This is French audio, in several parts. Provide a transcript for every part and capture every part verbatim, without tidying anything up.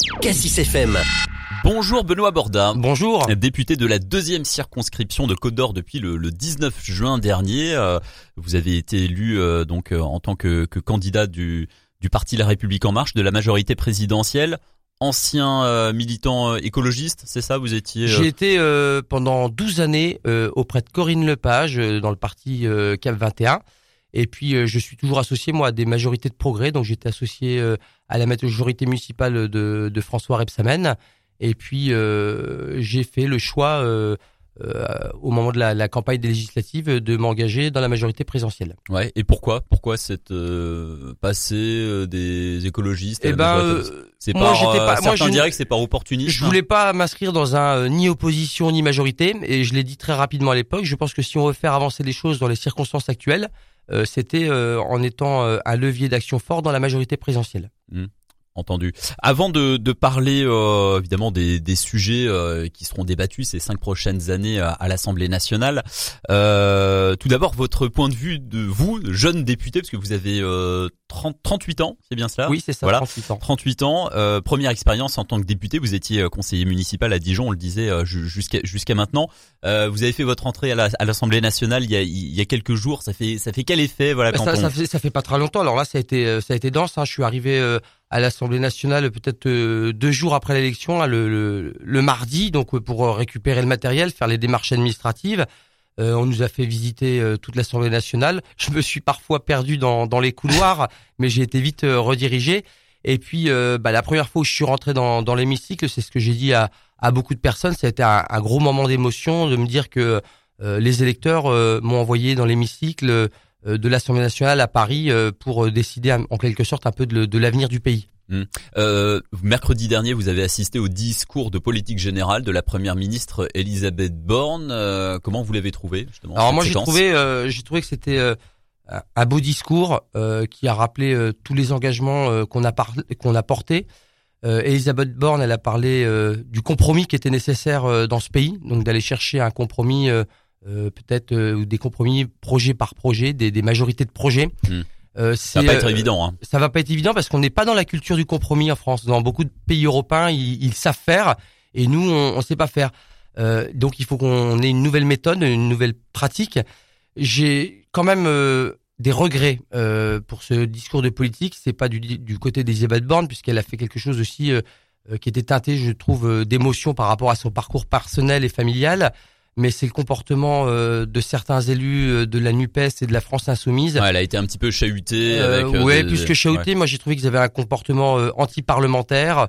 Cassis F M. Bonjour Benoît Borda. Bonjour. Député de la deuxième circonscription de Côte d'Or depuis le, le dix-neuf juin dernier. Euh, vous avez été élu euh, donc euh, en tant que, que candidat du, du parti La République En Marche, de la majorité présidentielle. Ancien euh, militant euh, écologiste, c'est ça, vous étiez... Euh... J'ai été euh, pendant douze années euh, auprès de Corinne Lepage euh, dans le parti euh, C A P vingt et un. Et puis euh, je suis toujours associé moi à des majorités de progrès. Donc j'étais associé euh, à la majorité municipale de, de François Rebsamen. Et puis euh, j'ai fait le choix euh, euh, au moment de la, la campagne des législatives de m'engager dans la majorité présidentielle. Ouais. Et pourquoi Pourquoi cette euh, passée euh, des écologistes? Eh ben, euh, c'est moi, par j'étais pas, euh, moi, certains je, diraient que c'est par opportunisme. Je voulais pas m'inscrire dans un euh, ni opposition ni majorité, et je l'ai dit très rapidement à l'époque. Je pense que si on veut faire avancer les choses dans les circonstances actuelles, euh, c'était euh, en étant euh, un levier d'action fort dans la majorité présidentielle. Mmh. Entendu. Avant de, de parler euh, évidemment des, des sujets euh, qui seront débattus ces cinq prochaines années à, à l'Assemblée nationale, euh, tout d'abord votre point de vue de vous, jeune député, parce que vous avez euh, trente, trente-huit ans, c'est bien cela? Oui, c'est ça, voilà. trente-huit ans. trente-huit ans, euh, première expérience en tant que député, vous étiez conseiller municipal à Dijon, on le disait euh, jusqu'à jusqu'à maintenant. Euh, vous avez fait votre entrée à, la, à l'Assemblée nationale il y a il y a quelques jours, ça fait ça fait quel effet voilà quand ça, on... ça fait ça fait pas très longtemps. Alors là, ça a été ça a été dense, hein. Je suis arrivé euh, à l'Assemblée nationale peut-être euh, deux jours après l'élection, là, le, le, le mardi, donc euh, pour récupérer le matériel, faire les démarches administratives. Euh, on nous a fait visiter euh, toute l'Assemblée nationale. Je me suis parfois perdu dans, dans les couloirs, mais j'ai été vite euh, redirigé. Et puis, euh, bah, la première fois où je suis rentré dans, dans l'hémicycle, c'est ce que j'ai dit à, à beaucoup de personnes, ça a été un, un gros moment d'émotion de me dire que euh, les électeurs euh, m'ont envoyé dans l'hémicycle euh, de l'Assemblée nationale à Paris euh, pour décider en quelque sorte un peu de, de l'avenir du pays. Mmh. Euh, mercredi dernier, vous avez assisté au discours de politique générale de la première ministre Elisabeth Borne. Euh, comment vous l'avez trouvé justement? Alors moi, séquence j'ai trouvé, euh, j'ai trouvé que c'était euh, un beau discours euh, qui a rappelé euh, tous les engagements euh, qu'on a par... qu'on a portés. Euh, Elisabeth Borne, elle a parlé euh, du compromis qui était nécessaire euh, dans ce pays, donc d'aller chercher un compromis. Euh, Euh, peut-être euh, des compromis projet par projet, des, des majorités de projets. Mmh. Euh, ça va pas être euh, évident. Hein. Ça va pas être évident parce qu'on n'est pas dans la culture du compromis en France. Dans beaucoup de pays européens, ils, ils savent faire et nous, on, on sait pas faire. Euh, donc, il faut qu'on ait une nouvelle méthode, une nouvelle pratique. J'ai quand même euh, des regrets euh, pour ce discours de politique. C'est pas du, du côté d'Elisabeth Borne puisqu'elle a fait quelque chose aussi euh, qui était teinté, je trouve, euh, d'émotion par rapport à son parcours personnel et familial. Mais c'est le comportement euh, de certains élus euh, de la NUPES et de la France Insoumise. Ouais, elle a été un petit peu chahutée. Euh, avec, euh, ouais, des, plus que chahutée, ouais. Moi j'ai trouvé qu'ils avaient un comportement euh, anti-parlementaire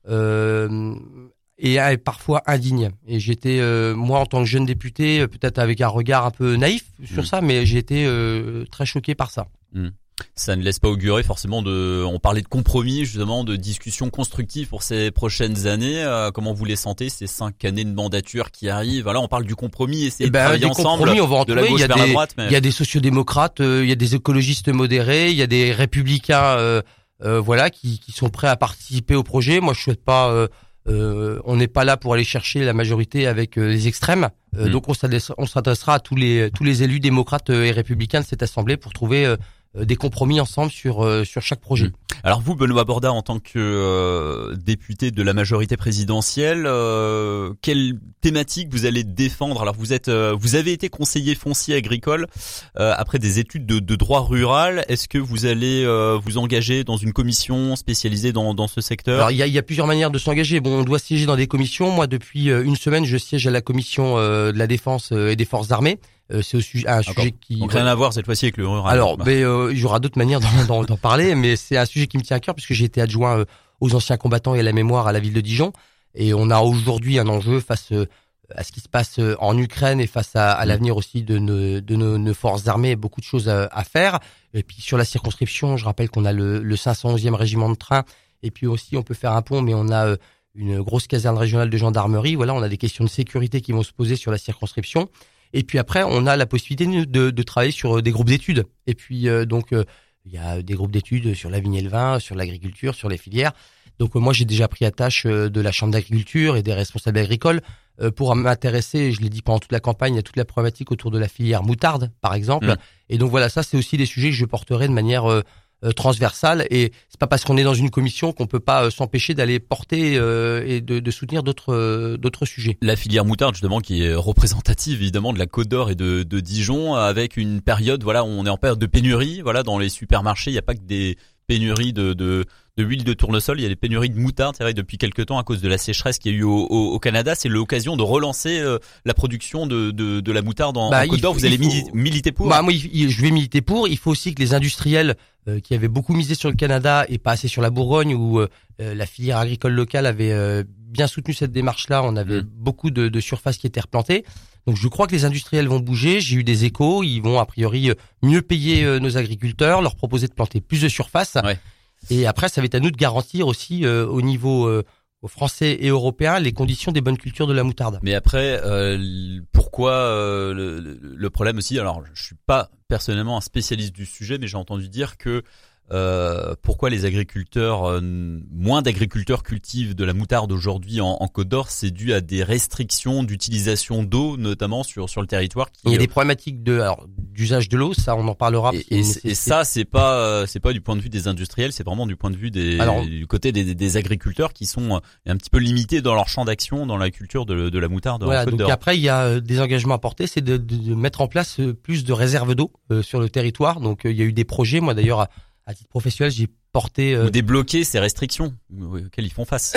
euh, et, et parfois indigne. Et j'étais, euh, moi en tant que jeune député, peut-être avec un regard un peu naïf sur mmh. ça, mais j'ai été euh, très choqué par ça. Mmh. Ça ne laisse pas augurer forcément de... On parlait de compromis, justement, de discussions constructives pour ces prochaines années. Euh, comment vous les sentez, ces cinq années de mandature qui arrivent? Voilà, on parle du compromis, essayer eh ben, de travailler ensemble, on va en de la gauche vers des, la droite. Mais... Il y a des sociodémocrates, euh, il y a des écologistes modérés, il y a des républicains euh, euh, voilà, qui, qui sont prêts à participer au projet. Moi, je souhaite pas... Euh, euh, on n'est pas là pour aller chercher la majorité avec euh, les extrêmes. Euh, mmh. Donc, on s'adressera, on s'adressera à tous les, tous les élus démocrates et républicains de cette assemblée pour trouver... Euh, des compromis ensemble sur euh, sur chaque projet. Alors vous, Benoît Borda, en tant que euh, député de la majorité présidentielle, euh, quelle thématique vous allez défendre? Alors vous êtes, euh, vous avez été conseiller foncier agricole euh, après des études de, de droit rural. Est-ce que vous allez euh, vous engager dans une commission spécialisée dans dans ce secteur? Alors il y a il y a plusieurs manières de s'engager. Bon, on doit siéger dans des commissions. Moi, depuis une semaine, je siège à la commission euh, de la défense et des forces armées. Euh, c'est au sujet, un D'accord. sujet qui... Donc rien à voir cette fois-ci avec le rural. Alors, bah. ben, euh, il y aura d'autres manières d'en, d'en, d'en parler, mais c'est un sujet qui me tient à cœur puisque j'ai été adjoint euh, aux anciens combattants et à la mémoire à la ville de Dijon. Et on a aujourd'hui un enjeu face euh, à ce qui se passe euh, en Ukraine et face à, à mmh. l'avenir aussi de nos, de nos, nos forces armées, beaucoup de choses à, à faire. Et puis sur la circonscription, je rappelle qu'on a le, le cinq cent onzième régiment de train. Et puis aussi, on peut faire un pont, mais on a euh, une grosse caserne régionale de gendarmerie. Voilà, on a des questions de sécurité qui vont se poser sur la circonscription. Et puis après, on a la possibilité de, de travailler sur des groupes d'études. Et puis euh, donc, euh, il y a des groupes d'études sur la vigne et le vin, sur l'agriculture, sur les filières. Donc euh, moi, j'ai déjà pris attache euh, de la chambre d'agriculture et des responsables agricoles euh, pour m'intéresser. Je l'ai dit pendant toute la campagne, il y a toute la problématique autour de la filière moutarde, par exemple. Mmh. Et donc voilà, ça c'est aussi des sujets que je porterai de manière euh, euh, transversale. Et c'est pas parce qu'on est dans une commission qu'on peut pas euh, s'empêcher d'aller porter euh, et de, de soutenir d'autres euh, d'autres sujets. La filière moutarde, justement, qui est représentative évidemment de la Côte d'Or et de, de Dijon, avec une période, voilà, où on est en période de pénurie. Voilà, dans les supermarchés, il n'y a pas que des pénuries de, de de huile de tournesol, il y a des pénuries de moutarde, c'est vrai, depuis quelques temps à cause de la sécheresse qu'il y a eu au, au, au Canada. C'est l'occasion de relancer euh, la production de, de, de la moutarde en, bah, en Côte d'Or. Vous allez faut... militer pour? Bah, moi, je vais militer pour. Il faut aussi que les industriels euh, qui avaient beaucoup misé sur le Canada et pas assez sur la Bourgogne, où euh, la filière agricole locale avait euh, bien soutenu cette démarche-là. On avait mmh. beaucoup de, de surfaces qui étaient replantées. Donc je crois que les industriels vont bouger. J'ai eu des échos. Ils vont a priori mieux payer euh, nos agriculteurs, leur proposer de planter plus de surface. Ouais. Et après, ça va être à nous de garantir aussi euh, au niveau euh, français et européen les conditions des bonnes cultures de la moutarde. Mais après, euh, pourquoi euh, le, le problème aussi, alors je suis pas personnellement un spécialiste du sujet, mais j'ai entendu dire que Euh, pourquoi les agriculteurs, euh, moins d'agriculteurs cultivent de la moutarde aujourd'hui en, en Côte d'Or, c'est dû à des restrictions d'utilisation d'eau, notamment sur sur le territoire. Qui, il y a des problématiques de alors d'usage de l'eau, ça on en parlera. Et, et, et ça c'est pas euh, c'est pas du point de vue des industriels, c'est vraiment du point de vue des alors, du côté des, des agriculteurs qui sont euh, un petit peu limités dans leur champ d'action dans la culture de, de la moutarde voilà, en Côte donc d'Or. Après il y a des engagements à porter, c'est de, de, de mettre en place plus de réserves d'eau euh, sur le territoire. Donc euh, il y a eu des projets, moi d'ailleurs. À, À titre professionnel, j'ai porté... Euh... Ou débloquer ces restrictions auxquelles ils font face.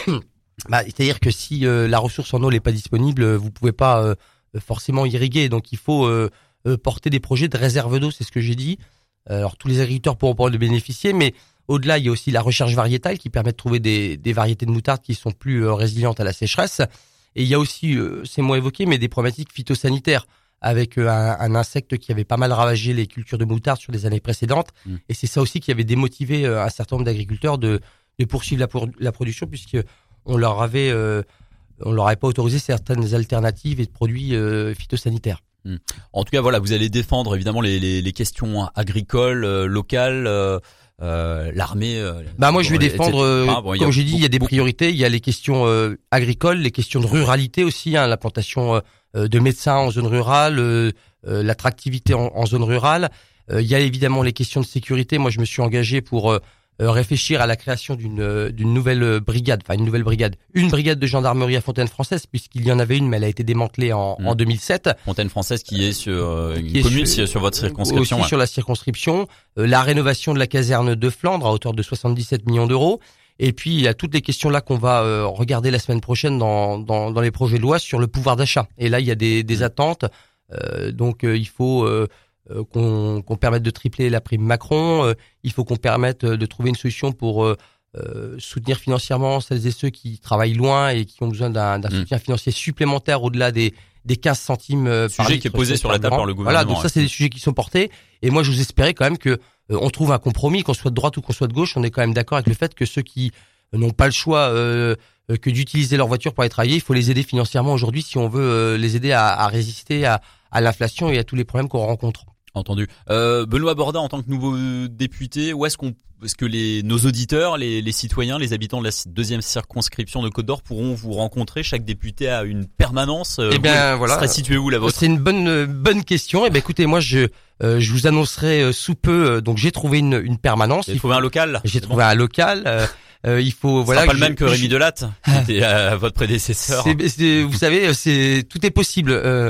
bah, c'est-à-dire que si euh, la ressource en eau n'est pas disponible, vous pouvez pas euh, forcément irriguer. Donc il faut euh, euh, porter des projets de réserve d'eau, c'est ce que j'ai dit. Alors tous les agriculteurs pourront pas en bénéficier, mais au-delà, il y a aussi la recherche variétale qui permet de trouver des, des variétés de moutarde qui sont plus euh, résilientes à la sécheresse. Et il y a aussi, euh, c'est moins évoqué, mais des problématiques phytosanitaires, avec un, un insecte qui avait pas mal ravagé les cultures de moutarde sur les années précédentes. Mmh. Et c'est ça aussi qui avait démotivé un certain nombre d'agriculteurs de, de poursuivre la, pour, la production, puisque on leur avait, euh, on leur avait pas autorisé certaines alternatives et de produits euh, phytosanitaires. Mmh. En tout cas, voilà, vous allez défendre évidemment les, les, les questions agricoles, euh, locales. Euh... Euh, l'armée. Euh, bah moi je vais défendre, euh, ah, bon, comme j'ai dit, il y a des priorités. Il y a les questions euh, agricoles, les questions de ruralité aussi, hein, l'implantation euh, de médecins en zone rurale, euh, euh, l'attractivité en, en zone rurale. Euh, il y a évidemment les questions de sécurité. Moi je me suis engagé pour euh, réfléchir à la création d'une euh, d'une nouvelle brigade, enfin une nouvelle brigade, une brigade de gendarmerie à Fontaine-Française, puisqu'il y en avait une, mais elle a été démantelée en, mmh. en deux mille sept. Fontaine-Française qui est sur euh, une commune sur, sur votre circonscription. Aussi ouais. Sur la circonscription, euh, la rénovation de la caserne de Flandre à hauteur de soixante-dix-sept millions d'euros. Et puis il y a toutes les questions là qu'on va euh, regarder la semaine prochaine dans, dans dans les projets de loi sur le pouvoir d'achat. Et là il y a des des mmh. attentes, euh, donc euh, il faut euh, Euh, qu'on, qu'on permette de tripler la prime Macron, euh, il faut qu'on permette de trouver une solution pour euh, euh, soutenir financièrement celles et ceux qui travaillent loin et qui ont besoin d'un, d'un mmh. soutien financier supplémentaire au-delà des, des quinze centimes euh, par sujet qui est posé sur la table par le gouvernement. Voilà, donc ça c'est ouais. des sujets qui sont portés. Et moi je vous espérais quand même que euh, on trouve un compromis, qu'on soit de droite ou qu'on soit de gauche, on est quand même d'accord avec le fait que ceux qui n'ont pas le choix euh, que d'utiliser leur voiture pour aller travailler, il faut les aider financièrement aujourd'hui si on veut euh, les aider à, à résister à, à l'inflation et à tous les problèmes qu'on rencontre. Entendu. Euh, Benoît Borda, en tant que nouveau député, où est-ce qu'on, est-ce que les nos auditeurs, les, les citoyens, les habitants de la deuxième circonscription de Côte d'Or pourront vous rencontrer? Chaque député a une permanence. Eh bien, voilà. Serait situé où la vôtre? C'est une bonne bonne question. Eh bien, écoutez, moi, je euh, je vous annoncerai sous peu. Donc, j'ai trouvé une une permanence. J'ai trouvé un local. J'ai trouvé bon. un local. Euh, Euh, il faut Ce voilà sera pas que le même que Rémi Delatte, qui était euh, votre prédécesseur. C'est, c'est, vous savez, c'est tout est possible. Euh,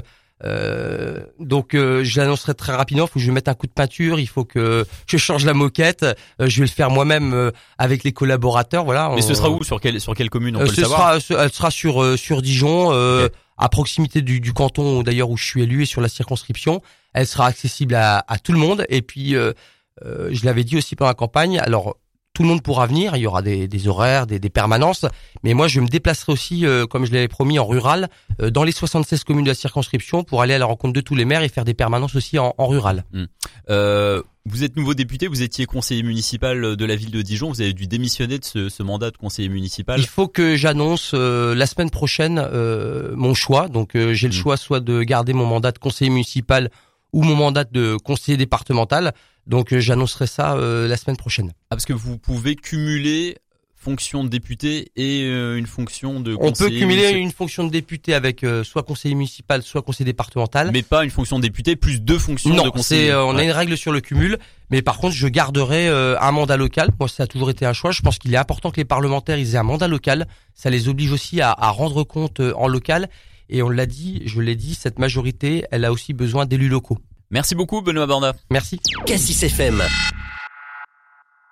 euh, donc euh, je l'annoncerai très rapidement. Il faut que je mette un coup de peinture. Il faut que je change la moquette. Euh, je vais le faire moi-même euh, avec les collaborateurs. Voilà. Mais on, ce sera où? Sur quelle sur quelle commune on euh, peut ce le savoir? Sera, elle sera sur euh, sur Dijon, euh, okay. à proximité du, du canton d'ailleurs où je suis élu et sur la circonscription. Elle sera accessible à, à tout le monde. Et puis euh, euh, je l'avais dit aussi pendant la campagne. Alors tout le monde pourra venir, il y aura des, des horaires, des, des permanences, mais moi je me déplacerai aussi, euh, comme je l'avais promis, en rural, euh, dans les soixante-seize communes de la circonscription pour aller à la rencontre de tous les maires et faire des permanences aussi en, en rural. Mmh. Euh, vous êtes nouveau député, vous étiez conseiller municipal de la ville de Dijon, vous avez dû démissionner de ce, ce mandat de conseiller municipal. Il faut que j'annonce euh, la semaine prochaine euh, mon choix, donc euh, j'ai le mmh. choix soit de garder mon mandat de conseiller municipal ou mon mandat de conseiller départemental. Donc euh, j'annoncerai ça euh, la semaine prochaine. Ah, parce que vous pouvez cumuler fonction de député et euh, une fonction de On conseiller peut cumuler municipal. une fonction de député avec euh, soit conseiller municipal, soit conseiller départemental. Mais pas une fonction de député plus deux fonctions non, de conseiller. c'est, euh, on Ouais. a une règle sur le cumul. Mais par contre, je garderai euh, un mandat local. Moi, ça a toujours été un choix. Je pense qu'il est important que les parlementaires ils aient un mandat local. Ça les oblige aussi à, à rendre compte euh, en local. Et on l'a dit, je l'ai dit, cette majorité, elle a aussi besoin d'élus locaux. Merci beaucoup Benoît Borda. Merci. Cassis F M.